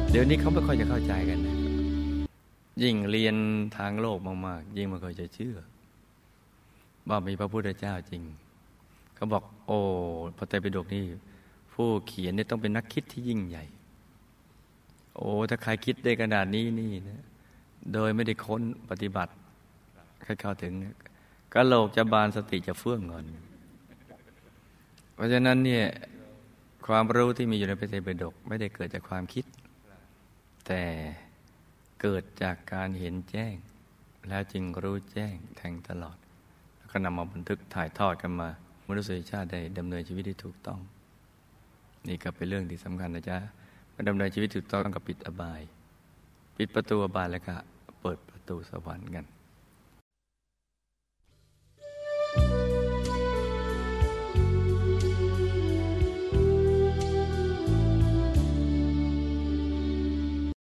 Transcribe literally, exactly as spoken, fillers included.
เดี๋ยวนี้เขาไม่ค่อยจะเข้าใจกันนะยิ่งเรียนทางโลกมากๆยิ่งไม่ค่อยจะเชื่อว่ามีพระพุทธเจ้าจริงเขาบอกโอ้พระไตรปิฎกนี่ผู้เขียนเนี่ยต้องเป็นนักคิดที่ยิ่งใหญ่โอ้ถ้าใครคิดได้ขนาดนี้นี่นะโดยไม่ได้ค้นปฏิบัติให้เข้าถึงกะโหลกจะบานสติจะเฟื่องก่อนเพราะฉะนั้นเนี่ยความรู้ที่มีอยู่ในพระไตรปิฎกไม่ได้เกิดจากความคิดแต่เกิดจากการเห็นแจ้งแล้วจึงรู้แจ้งแทงตลอดแล้วก็นำมาบันทึกถ่ายทอดกันมามนุษยชาติได้ดำเนินชีวิตที่ถูกต้องนี่ก็เป็นเรื่องที่สำคัญนะจ๊ะมาดำเนินชีวิตถูกต้องกับปิดอบายปิดประตูอบายแล้วก็เปิดประตูสวรรค์กัน